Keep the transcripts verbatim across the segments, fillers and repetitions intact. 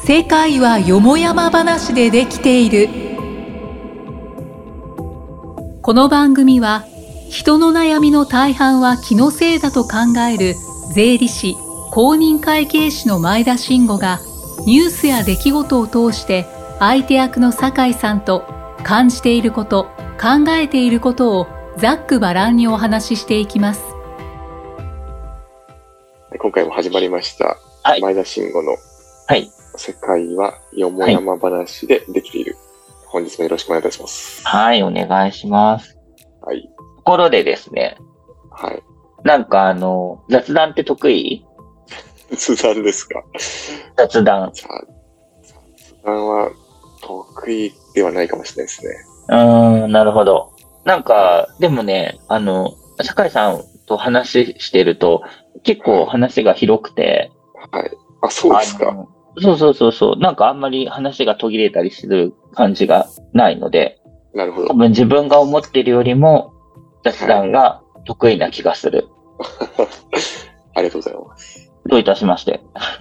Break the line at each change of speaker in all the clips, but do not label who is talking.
世界はよもやま話でできている。この番組は人の悩みの大半は気のせいだと考える税理士公認会計士の前田慎吾がニュースや出来事を通して相手役の酒井さんと感じていること、考えていることをざっくばらんにお話ししていきます。
今回も始まりました、はい、前田慎吾の世界はよもやま話でできている、はい、本日もよろしくお願いいたします。
はい、お願いします。
はい。
ところでですね。
はい。
なんかあの、雑談って得意？
雑談ですか？
雑談。
雑談は得意ではないかもしれないですね。
うーん、なるほど。なんか、でもね、あの、酒井さんと話してると、結構話が広くて。
はい。はい、あ、そうですか。
そうそうそうそう。なんかあんまり話が途切れたりする感じがないので。
なるほど。
多分自分が思っているよりも雑談が得意な気がする。
はい、ありがとうございます。
どういたしまして。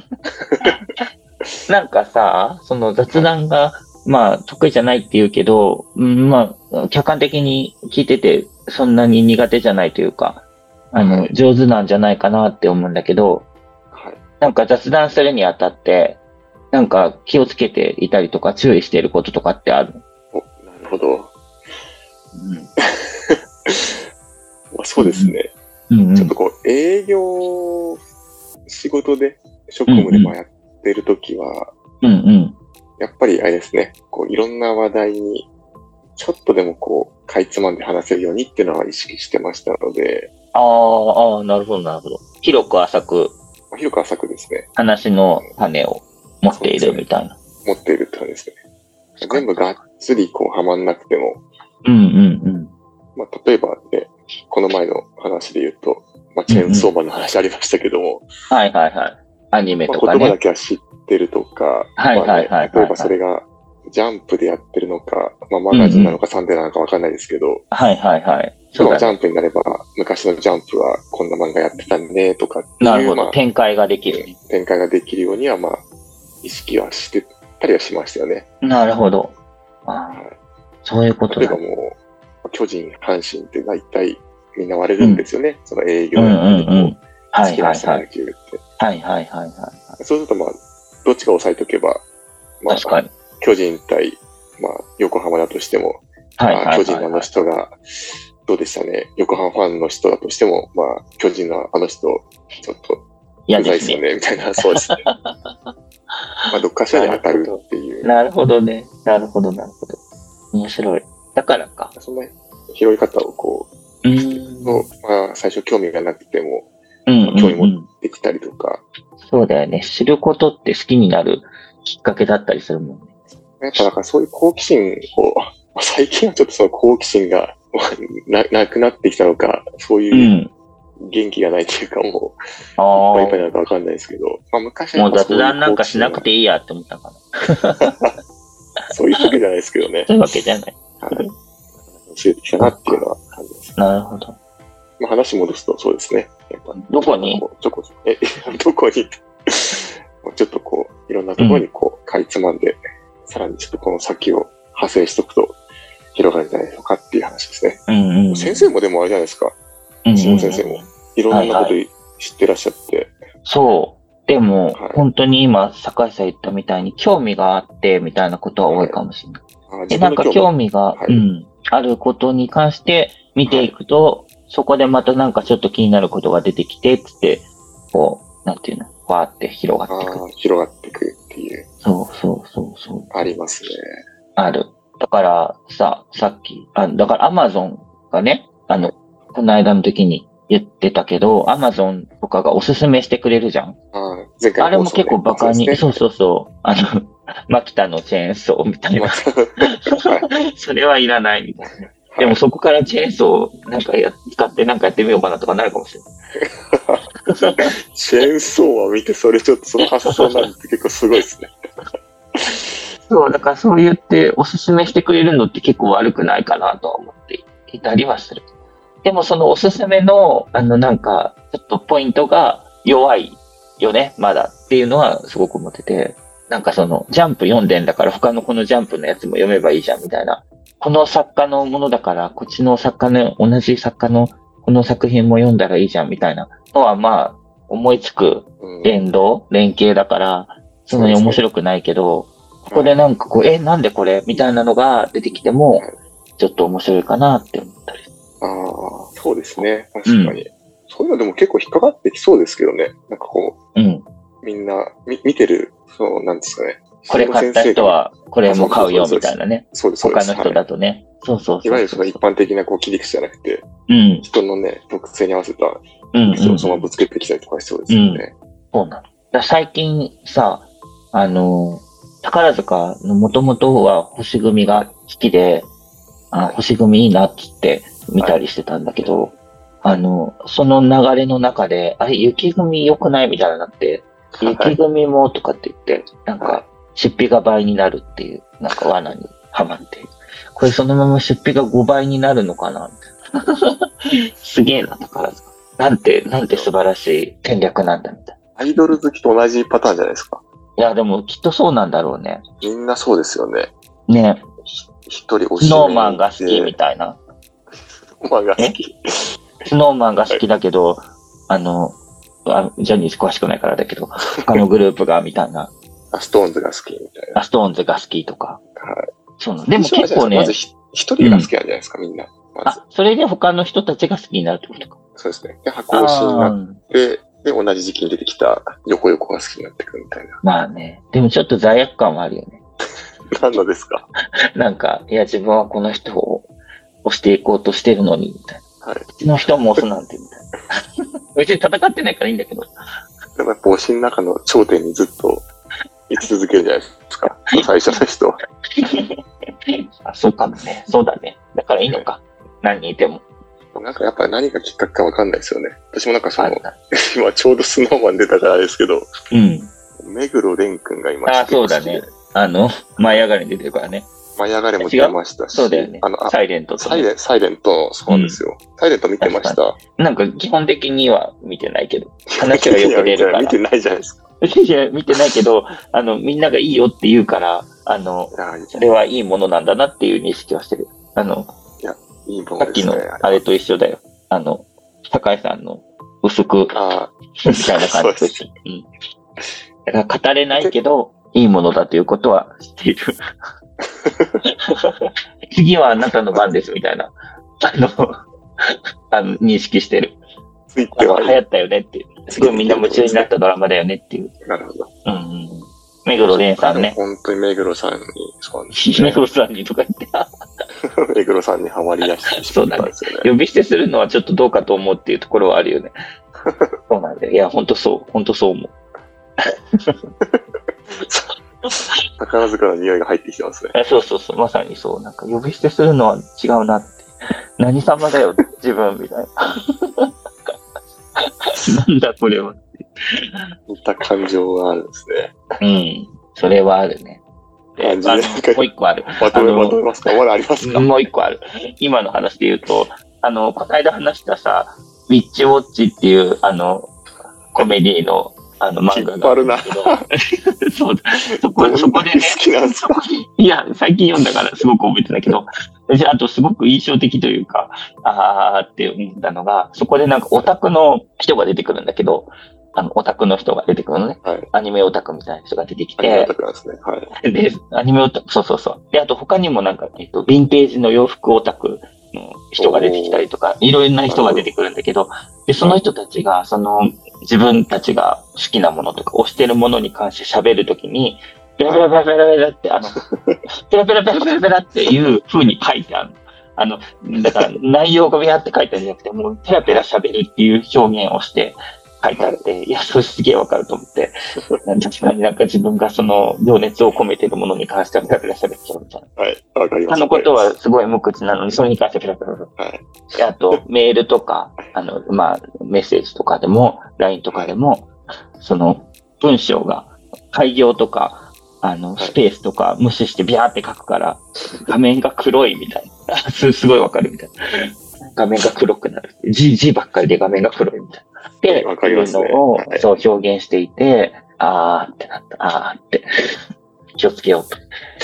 なんかさ、その雑談が、まあ得意じゃないって言うけど、うん、まあ客観的に聞いててそんなに苦手じゃないというか、あの、はい、上手なんじゃないかなって思うんだけど、はい、なんか雑談するにあたって、なんか気をつけていたりとか注意していることとかってある？
お、なるほど。うん、まあそうですね、うんうん。ちょっとこう営業仕事で職務でやってるときは、
うんうん、
やっぱりあれですね、こういろんな話題にちょっとでもこうかいつまんで話せるようにっていうのは意識してましたので。
ああ、なるほどなるほど。広く浅く。
広く浅くですね。
話の種を持っているみたいな。
ね、持っているって感じですね。全部がっつりこうはまんなくても。
うんうんうん。
まあ例えばね、この前の話で言うと、まあチェーンソーマンの話ありましたけども。
うん、はいはいはい。アニメとかね。
まあ、言葉だけは知ってるとか。
はいはいはい、はい。
例えばそれがジャンプでやってるのか、まあマガジンなのかサンデーなのかわかんないですけど。
はいはいはい。
そうね、ジャンプになれば、昔のジャンプはこんな漫画やってたねとかっていう。
なるほど、
まあ、
展開ができる。
展開ができるようには、まあ、意識はしてたりはしましたよね。
なるほど。あ、はい、そういうことだ。
例えばもう、巨人、阪神って大体みんな割れるんですよね。うん、その営業
でこう、好
きな人の野球って。
はいはいはいはい。
そうするとまあ、どっちか押さえとけば、まあ、
確かに。
巨人対、まあ、横浜だとしても、はいはいはいはい、巨人のあの人が、どうでしたね。横浜ファンの人だとしても、まあ、巨人のあの人、ちょっと、うざいですよね、みたいな、そうですね。まあ、どっかしらで当たるっていう。
なるほどね。なるほど、なるほど。面白い。だからか。
そんな拾い方をこう、うんのまあ、最初興味がなくても、うんうんうんまあ、興味持ってきたりとか。
そうだよね。知ることって好きになるきっかけだったりするもんね。
やっぱだからそういう好奇心を、最近はちょっとその好奇心がな, なくなってきたのか、そういう元気がないというか、もう、いっぱいいっぱいなのかわかんないですけど、まあ、昔は
もう雑談なんかしなくていいやって思ったか
な。そういうわけじゃないですけどね。
そういうわけじゃない。
はい。教えてきたなっていうのは感じます。
なるほど。
まあ、話戻すとそうですね。やっぱ
どこに
ちょこえ、どこにちょっとこう、いろんなところにこう、かいつまんで、うん、さらにちょっとこの先を派生しとくと、広がるんじゃないのかっていう話ですね。
うんうん、
先生もでもあれじゃないですか。下、うんうん、先生も。いろんなこと知ってらっしゃって。はいはい、
そう。でも、はい、本当に今、酒井さん言ったみたいに興味があって、みたいなことは多いかもしれない。はい、でなんか興味が、はい、うん、あることに関して見ていくと、はい、そこでまたなんかちょっと気になることが出てきて、つって、こう、なんていうの、わーって広がっていく。
広がっていくっていう。
そうそうそうそう。
ありますね。
ある。だからさ、さっき、あだからアマゾンがね、あの、この間の時に言ってたけど、アマゾンとかがおすすめしてくれるじゃん。
あ前回
あれも結構バカに、そうそうそう、あの、マキタのチェーンソーみたいな。それはいらないみたいな。でもそこからチェーンソーなんかや使ってなんかやってみようかなとかなるかもしれ
ない。チェーンソーは見て、それちょっとその発想なんて結構すごいですね。
そう、だからそう言っておすすめしてくれるのって結構悪くないかなとは思っていたりはする。でもそのおすすめの、あのなんか、ちょっとポイントが弱いよね、まだっていうのはすごく思ってて。 なんかその、ジャンプ読んでんだから他のこのジャンプのやつも読めばいいじゃんみたいな。この作家のものだから、こっちの作家の、同じ作家のこの作品も読んだらいいじゃんみたいなのは、まあ、思いつく連動、連携だから、そんなに面白くないけど、ここでなんかこう、え、なんでこれみたいなのが出てきても、ちょっと面白いかなって思ったり。
ああ、そうですね。確かに、うん。そういうのでも結構引っかかってきそうですけどね。なんかこう、うん、みんな、み、見てる、そう、なんですかね。
これ買った人は、これも買うよみたいなね。
そうです、そうです。
他の人だとね。はい、そうそうそう。
いわゆるその一般的なこう切り口じゃなくて、うん、人のね、特性に合わせた、うん、そのままぶつけてきたりとかしそうですよね。
うん、そうなの。だ最近さ、あの、宝塚の元々は星組が好きで、あ、星組いいなって言って見たりしてたんだけど、はい、あの、その流れの中で、あれ、雪組良くないみたいになって、はい、雪組もとかって言って、なんか、出費が倍になるっていう、なんか罠にはまって、これそのまま出費がごばいになるのかなみたいな。すげえな、宝塚。なんて、なんて素晴らしい戦略なんだみたいな。
アイドル好きと同じパターンじゃないですか。
いや、でもきっとそうなんだろうね。
みんなそうですよね。
ね。
一人推し
スノーマンが好きみたいな。
スノーマンが好き。
スノーマンが好きだけど、はい、あの、あジャニーズ詳しくないからだけど、他のグループがみたいな。
あ、ストーンズが好きみたいな。
あ、ストーンズが好きとか。
はい。
そうなの。でも結構ね。
まず一人が好きなんじゃないですか、うん、みんな。まず
あ、それで他の人たちが好きになるってことか。
そうですね。で、箱推しになって、で、同じ時期に出てきた横横が好きになってくるみたいな。
まあね。でもちょっと罪悪感はあるよね。
何のですか？
なんか、いや、自分はこの人を押していこうとしてるのに、みたいな。はい。うちの人も押すなんて、みたいな。別に戦ってないからいいんだけど。
でもやっぱ推しの中の頂点にずっと居続けるじゃないですか。最初の人は。
あ、そうかもね。そうだね。だからいいのか。何人いても。
なんかやっぱり何がきっかけかわかんないですよね。私もなんかその、今ちょうどスノーマン出たからですけど、うん。目黒蓮くんが今
あ、そうだね。あの、舞い上がれに出てるからね。
舞い上がれも出ましたし。
そうだよね。あの、あサイレントと、ね。
サイレン、サイレント、そうなんですよ。うん、サイレント見てました。
なんか基本的には見てないけど、話がよく出るから。
見てないじゃないですか。
いや、見てないけど、あの、みんながいいよって言うから、あの、それはいいものなんだなっていう認識はしてる。あの、
いや、いいものですね。
さっきのあれと一緒だよ。あの、高井さんの薄く、あみたいな感じと一緒。うん。だから語れないけど、いいものだということは知っている。次はあなたの番ですみたいな、あの、あの認識してる。
ついては
流行ったよねっていう。すごいみんな夢中になったドラマだよねっていう。
なるほど。
うん。目黒蓮さんね。
本当に目黒さんに、
そうですね。目黒さんにとか言って。
目黒さんにハマり出してしまったんですよね。
呼び捨てするのはちょっとどうかと思うっていうところはあるよね。そうなんだよ。いや、本当そう。本当そう思う。
宝塚の匂いが入ってきてますね。
そうそうそう。まさにそう。なんか呼び捨てするのは違うなって。何様だよ、自分みたいな。なんだこれは。
似た感情があるんですね。
うん。それはあるね。で、あの、もう一個ある。
まとめ、まとめますか？まだありますか？
もう一個ある。今の話で言うと、あの、この間話したさ、ウィッチウォッチっていう、あの、コメディの、あの、漫画があるんだけど。そうだ。そこ、そこでね。
好きなんですか？
いや、最近読んだからすごく覚えてたけど、じゃあ、あとすごく印象的というか、あーって思ったのが、そこでなんかオタクの人が出てくるんだけど、あの、オタクの人が出てくるのね。はい。アニメオタクみたいな人が出てきて。
アニメオタクなんですね。はい。
で、アニメオタク、そうそうそう。で、あと他にもなんか、えっと、ヴィンテージの洋服オタクの人が出てきたりとか、いろいろな人が出てくるんだけど、で、その人たちが、その、自分たちが好きなものとか、推してるものに関して喋るときに、ペラペラペラペラペラって、あの、ペラペラペラペラペラっていう風に書いてある。あの、だから内容がビャって書いてあるんじゃなくて、もうペラペラ喋るっていう表現をして書いてあって、いや、それすげえわかると思って、確かになんか自分がその情熱を込めてるものに関してはペラペラ喋っちゃうみたいな。
はい、わかります。
あのことはすごい無口なのに、それに関してペラペラペラ。はい。で、あと、メールとか、あの、まあ、メッセージとかでも、ライン とかでも、その、文章が、開業とか、あの、スペースとか無視してビャーって書くから、画面が黒いみたいな。す、すごいわかるみたいな。画面が黒くなる。G、G ばっかりで画面が黒いみたいな。で、
わかりますね。
いうのを、そう表現していて、あーってなった、あーって。 気をつけようと。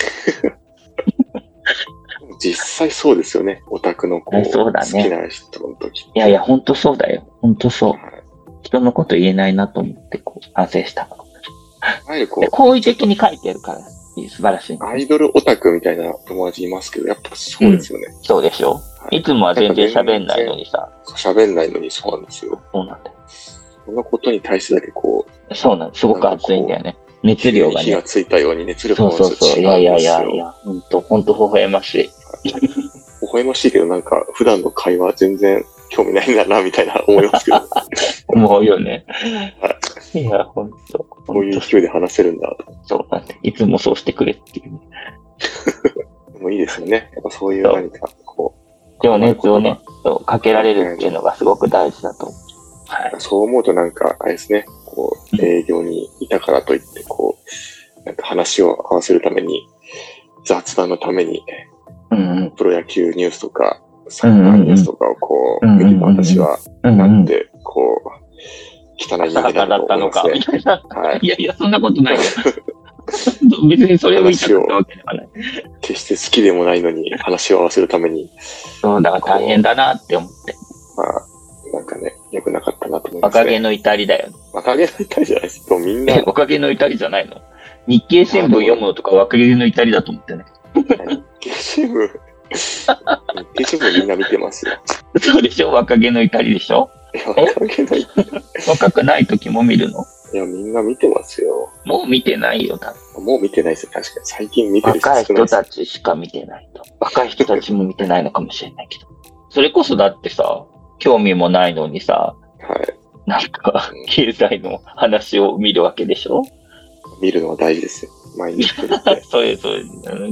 実際そうですよね。オタクのこう、
そうだね、
好きな人の時。
いやいや、ほんとそうだよ。ほんとそう。はい、人のこと言えないなと思って、こう、反省した。こう好意的に書いてるから、素晴らしい。
アイドルオタクみたいな友達いますけど、やっぱそうですよね。
うん、そうでしょ、はい。いつもは全然喋んないのにさ。
喋んないのにそうなんですよ。
そうなんだよ。
そのことに対してだけこう。
そうなんです。すごく熱いんだよね。熱量がね。
火がついたように熱量が
そうそうそう。いやいやいやいや、ほんと、ほんと微笑ましい。
微笑ましいけど、なんか、普段の会話全然興味ないんだな、みたいな思いますけど。
思うよね。
はい。
いや、ほんと。
こういう勢いで話せるんだと。
そうなんで、いつもそうしてくれっていう。
でもいいですよね。やっぱそういう何か、こ
う。情熱をね、そうかけられるっていうのがすごく大事だと思う。
はい。そう思うとなんか、あれですね、こう、営業にいたからといって、こう、なんか話を合わせるために、雑談のために、うんうん、プロ野球ニュースとか、サッカーニュースとかをこう、見てた私は、なんて、こう、汚い人間だと思いますね。
はい、いやいや、そんなことないよ。別にそれを言いたかったわけではない。
決して好きでもないのに、話を合わせるために。
そう、だから大変だなって思って。
まあ、なんかね、良くなかったなと思いますね。
若気の至りだよ。
若気の至りじゃないです。みんな。
若気の至りじゃないの？日経新聞読むのとか若気の至りだと思ってね。
日経新聞日経新聞みんな見てますよ。
そうでしょ？若気の至りでしょ？
若気の至り。
若くない時も見るの？
いや、みんな見てますよ。
もう見てないよ、多
分。もう見てないですよ、確かに。最近見てる
人少ないです。若い人たちしか見てないと。若い人たちも見てないのかもしれないけど。それこそだってさ、興味もないのにさ、
はい。
なんか、経済の話を見るわけでしょ？
見るのは大事ですよ。毎日。
そうです、そうです。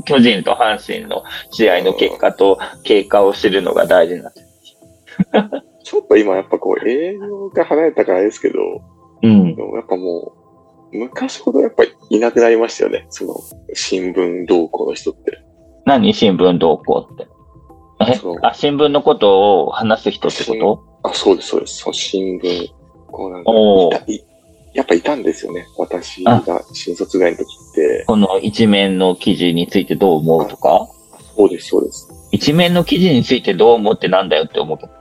巨人と阪神の試合の結果と経過を知るのが大事なんです。
ちょっと今やっぱこう、映像が離れたからあれですけど、
うん。
やっぱもう、昔ほどやっぱりいなくなりましたよね。その、新聞同行の人って。
何新聞同行って。えあ、新聞のことを話す人ってこと？
あ、そうです、そうです。そう、新聞。こうなんかいたい、やっぱいたんですよね。私が新卒ぐらいの時って。
この一面の記事についてどう思うとか？
そうです、そうです。
一面の記事についてどう思ってなんだよって思うけど。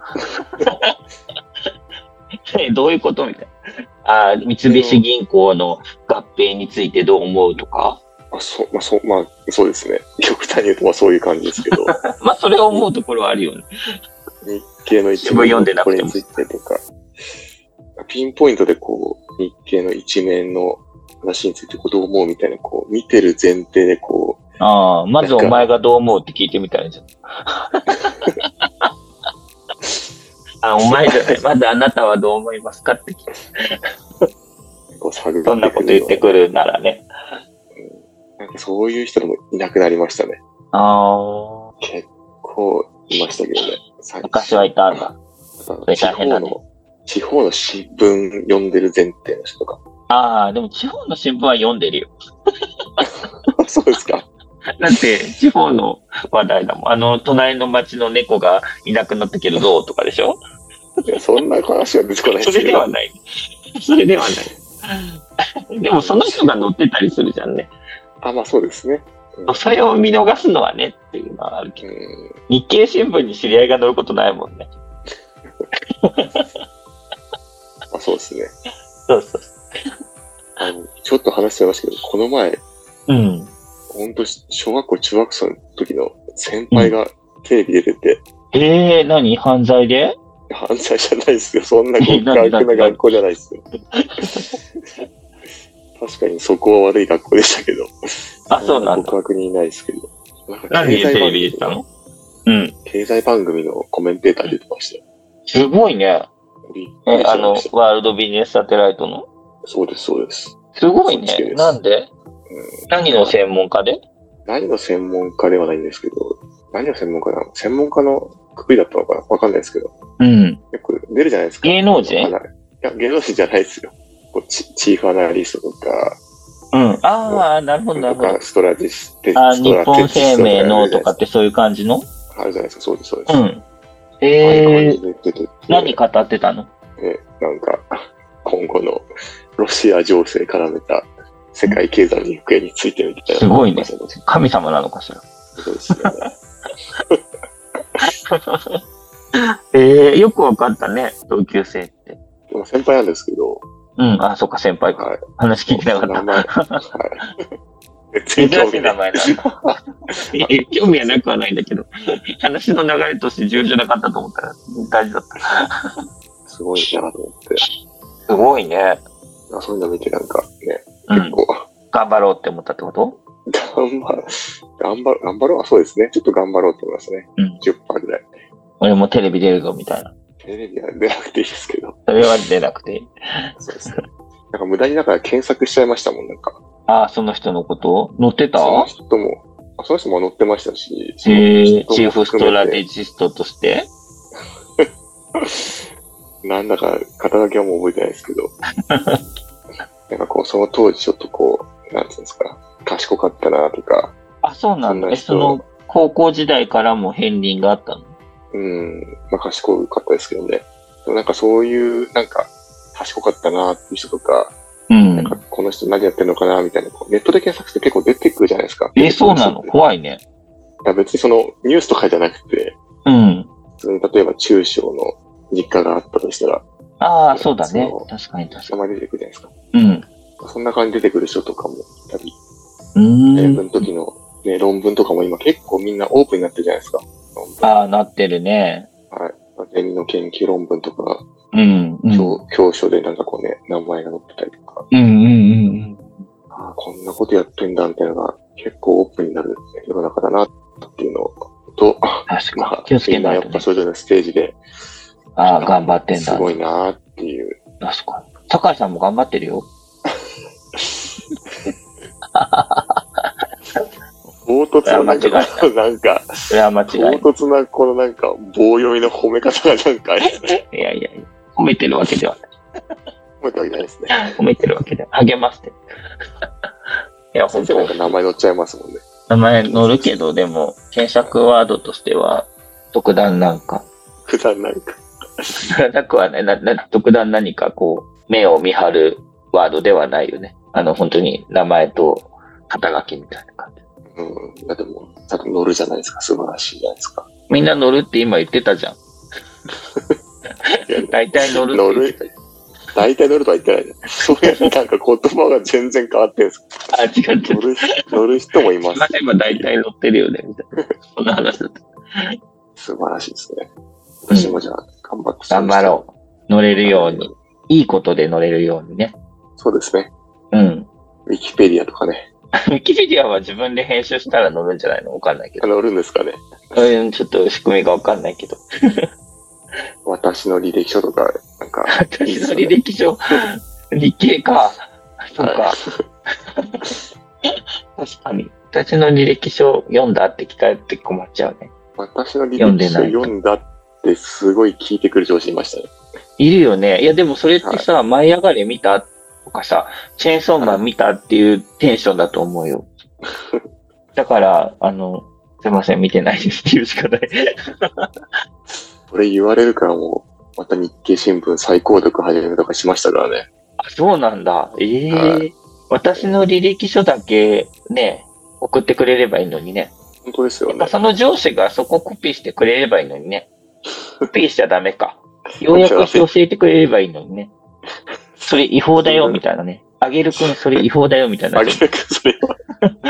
どういうことみたいな。あ、三菱銀行の合併についてどう思うとか？
あ、そう、まあ、そう、まあ、そうですね。極端に言うと、まあ、そういう感じですけど。
まあ、それを思うところはあるよね。
日経の一面のこれについてとか、ピンポイントでこう、日経の一面の話についてこうどう思うみたいな、こう、見てる前提でこ
う。ああ、まずお前がどう思うって聞いてみたらじゃん。あ、お前じゃない。まずあなたはどう思いますかって聞いて。こう探そんなこと言ってくるならね。
うん、なんかそういう人もいなくなりましたね。
ああ。
結構いましたけどね。
昔はいたんだ。それ大変だね。
地方の新聞読んでる前提の人とか。
ああ、でも地方の新聞は読んでるよ。
そうですか。
だって、地方の話題だもん。あの、隣の町の猫がいなくなったけどどうとかでしょ？
いや、そんな話は出てこないですけど。
それではない。それではない。でもその人が載ってたりするじゃんね。
あ、まあそうですね。
うん、それを見逃すのはねっていうのはあるけど。日経新聞に知り合いが載ることないもんね。
あ、そうですね。
そうそう。
あの、ちょっと話しちゃいましたけど、この前、
うん。
本当小学校、中学生の時の先輩がテレビ出てて。
うん、えー、何犯罪で？
犯罪じゃないですよ。そんな極悪な学校じゃないですよ。確かにそこは悪い学校でしたけど。
あ、そうなんだ。
極悪にいないですけど。
なんか何でテレビ出てたの？うん。
経済番組のコメンテーター出てましたよ。
すごいね。え、あの、ワールドビジネスサテライトの？
そうです、そうです。
すごいね。なんで？うん、何の専門家で？
何の専門家ではないんですけど、何の専門家なの？専門家のくくりだったのかな？わかんないですけど。
うん。
よく出るじゃないですか。
芸能人？い
や、芸能人じゃないですよ。こうチ, チーフアナリストとか。
うん。ああ、なるほど、なるほど。
ストラティステ
あ、日本生命のとかってそういう感じの？
あるじゃないですか。そうです、そうです。
うん。えー、何語ってたの？
え、なんか、今後のロシア情勢絡めた世界経済の行方についてみたいな。
すごいね。神様なのかしら。
そうですね。
えー、よくわかったね、同級生って。
先輩なんですけど。
うん、あ、そっか、先輩か。はい、話聞いてなかった。名前。はい。
珍しい
名前なんだ。いや、興味はなくはないんだけど、話の流れとして重要じゃなかったと思ったら大事だった。
すごいなと思って。
すごいね。
そういうの見てなんかね、結構、うん、
頑張ろうって思ったってこと？
頑張る、頑張る、頑張ろうはそうですね。ちょっと頑張ろうと思いますね。うん、じゅっパーセント ぐらい。
俺もテレビ出るぞみたいな。
テレビは出なくていいですけど。
それは出なくていい。
そうですね。なんか無駄にだから検索しちゃいましたもん、なんか。
ああ、その人のこと載ってた？
その人も、その人も載ってましたし。
へえ、チーフストラテジストとして
なんだか肩書きはもう覚えてないですけど。なんかこう、その当時ちょっとこう、なんていうんですか、賢かったなとか。
あ、そうなんだ。え、その高校時代からも片鱗があったの？
うん、まあ賢かったですけどね。でもなんかそういう、なんか、賢かったなっていう人とか、うん、なんかこの人何やってるのかなみたいな、ネットで検索して結構出てくるじゃないですか。
え、そうなの？怖いね。
いや別にそのニュースとかじゃなくて、うん。普通に例えば中小の実家があったとしたら、
ああ、そうだね。確かに確かに。
名前出てくるじゃないですか。うん。そんな感じで出てくる人とかもいたり、うん。英文の時の、ね、論文とかも今結構みんなオープンになってるじゃないですか。
ああ、なってるね。
はい。ゼミの研究論文とか、
うん、うん。
教、教書でなんかこうね、名前が載ってたりとか。
うんうんうんうん。
ああ、こんなことやってんだみたいなのが結構オープンになる世の中だなっていうのと、
確かに。
まあ、
気をつけないと、ね。
やっぱそれぞれのステージで、
ああ、頑張ってんだ。
すごいなっていう。
確かに。高橋さんも頑張ってるよ。
唐突ななんか、なんか、
それは間違い。
唐突なこのなんか棒読みの褒め方がなんか、
いやいやいや、褒めてるわけではない。
褒めてはいないですね。
褒めてるわけでは励まして。いや、本当
なんか名前載っちゃいますもんね。
名前載るけど、でも、検索ワードとしては、特段なんか。
特段なんか。
なくはね、な、な、特段何かこう、目を見張るワードではないよね。あの、本当に名前と肩書きみたいな感じ。
うん。いやでも、多分乗るじゃないですか。素晴らしいじゃないですか。
みんな乗るって今言ってたじゃん。大体乗るって。
乗る。大体乗るとは言ってないね。そういうなんか言葉が全然変わってるんです
あ、違って。
乗る、乗る人もいます。
今大体乗ってるよね、みたいな。そんな話だった。
素晴らしいですね。私もじゃあ、頑張って、
うん。頑張ろう。乗れるように。いいことで乗れるようにね。
そうですね。
うん。
ウィキペディアとかね。
ウィキペディアは自分で編集したら乗るんじゃないの？わかんないけど。
乗るんですかね。
うん、ちょっと仕組みがわかんないけど。
私の履歴書とか、なんかいい、ね。
私の履歴書、日経か。そうか。確かに。私の履歴書読んだって聞かれて困っちゃうね。
私の履歴書読んだってすごい聞いてくる上司いましたね。
いるよね。いやでもそれってさ、はい、舞い上がれ見たとかさ、チェーンソーマン見たっていうテンションだと思うよ。だから、あの、すいません、見てないですって言うしかない。
これ言われるからもう、また日経新聞再購読始めとかしましたからね。
あ、そうなんだ。ええーはい、私の履歴書だけね、送ってくれればいいのにね。
本当ですよね。
その上司がそこコピーしてくれればいいのにね。コピーしちゃダメか。要約して教えてくれればいいのにね。それ違法だよ、みたいなね。あげるくん、それ違法だよ、みたいな。
あげるくん、それは。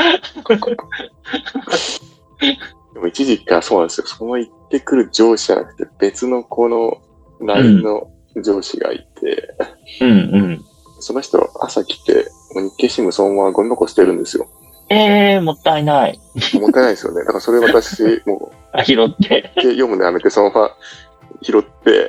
でも一時期からそうなんですよ。その言ってくる上司じゃなくて、別のこの ライン の上司がいて、
うん、うんうん。
その人、朝来て、日経新聞そのままゴミ箱捨てるんですよ。
ええー、もったいない。
もったいないですよね。だからそれ私、もう、
あ、拾って。
読むのやめて、そのまま拾って、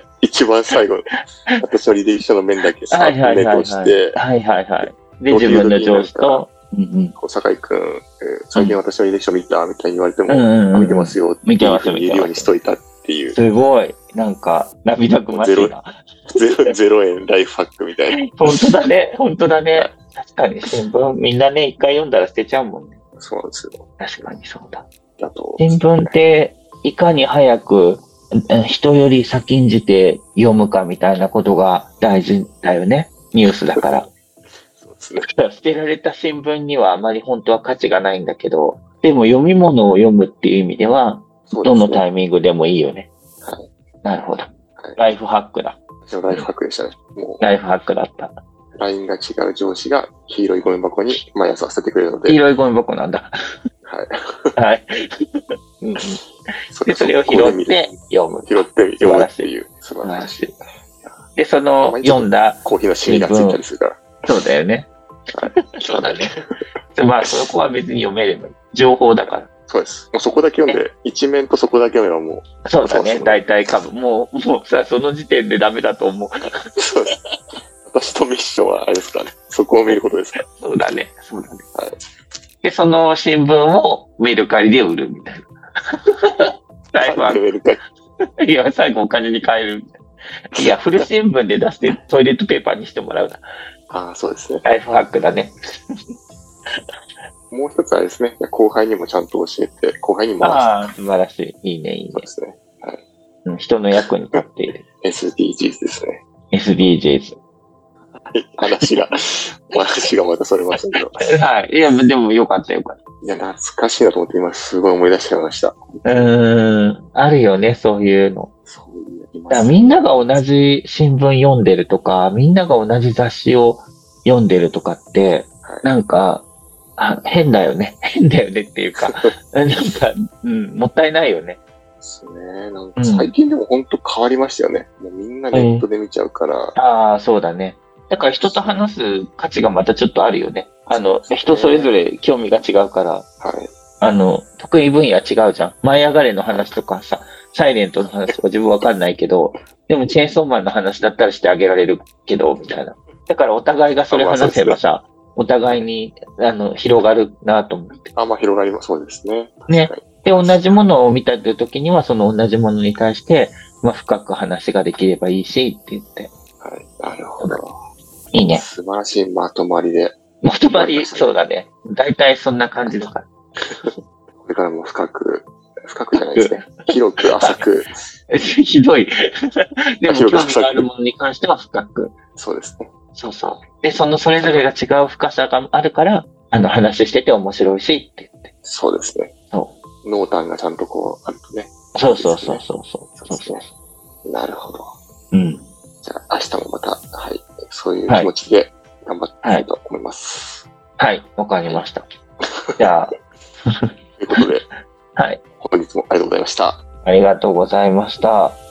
一番最後の、私の履歴書の面だけさ、
はいはいはいはい、
ネットして、
はいはいはい。で、自分の上司と、
うんうん、酒井くん、えー、最近私の履歴書見たみたいに言われても、うんうんうん、見てますよっていうふうに言えるようにしといたっていう。
すごい。なんか、涙ぐましいな。
ゼロ、ゼロえんライフハックみたいな。
本当だね。本当だね。確かに新聞、みんなね、一回読んだら捨てちゃうもんね。
そうなんですよ。
確かにそうだ。
だと、
新聞って、いかに早く、人より先んじて読むかみたいなことが大事だよね。ニュースだから。
そうで
捨てられた新聞にはあまり本当は価値がないんだけど、でも読み物を読むっていう意味では、ね、どのタイミングでもいいよね。はい。なるほど。はい、ライフハックだ。
私のライフハックでしたね。
もうライフハックだった。
ライン が違う上司が黄色いゴミ箱に毎朝捨ててくれるので。
黄色いゴミ箱なんだ。
はい。
はい。うん、で、それを拾って読む。
拾って読むっていう。素晴らしい。
で、その読んだ。
コーヒーのシミがついたりするから。
そうだよね。はい、そうだね。まあ、そこは別に読めればいい。情報だから。
そうです。もうそこだけ読んで、一面とそこだけ読めばも
う。そうだね。大体株。もう、もうさ、その時点でダメだと思う。
そうです。私のミッションはあれですかね。そこを見ることですか。
そうだね。そうだね。はい。で、その新聞をメルカリで売るみたいな。最後は。いや、最後お金に換えるみたいな。いや、古新聞で出してトイレットペーパーにしてもらうな。
ああ、そうですね。
ライフハックだね。
もう一つあれですね。後輩にもちゃんと教えて、後輩にも。
ああ、素晴らしい。いいね、いいね。
そうですね。はい。
うん、人の役に立っている。
エスディージーズ ですね。
エスディージーズ。
話が、話がまたそれましたけど。
はい。いや、でもよかったよかった。
いや、懐かしいなと思って今すごい思い出しちゃいました。う
ーん。あるよね、そういうの。そういうの。だからみんなが同じ新聞読んでるとか、みんなが同じ雑誌を読んでるとかって、はい、なんか、あ、変だよね。変だよねっていうか、なんか、うん、もったいないよね。
ですね。なんか最近でも本当変わりましたよね。うん、もうみんなネットで見ちゃうから。
うん、ああ、そうだね。だから人と話す価値がまたちょっとあるよね。あの、ね、人それぞれ興味が違うから、はい。あの、得意分野違うじゃん。舞い上がれの話とかさ、サイレントの話とか自分わかんないけど、でもチェーンソーマンの話だったらしてあげられるけど、みたいな。だからお互いがそれ話せばさ、お互いに、あの、広がるなと思って。
あ、まあ広がります。そうですね。
ね。で、同じものを見たという時には、その同じものに対して、まあ深く話ができればいいし、って言って。
はい。なるほど。
いいね。
素晴らしいまとまりで。
まとまり、そうだね。大体そんな感じだから。
これからも深く、深くじゃないですね。広く浅く。
ひどい。でも興味があるものに関しては深く。
そうですね。
そうそう。で、そのそれぞれが違う深さがあるから、あの話してて面白いしって言って。
そうですね。そう。濃淡がちゃんとこう、あるとね。
そうそうそうそうそう。そうそう
そう。なるほど。
うん。
じゃあ明日もまた、はい。そういう気持ちで頑張っていきたいと思います。
はい。わ、はい、かりました。じゃあ。と
いうことで。
はい。
本日もありがとうございました。
ありがとうございました。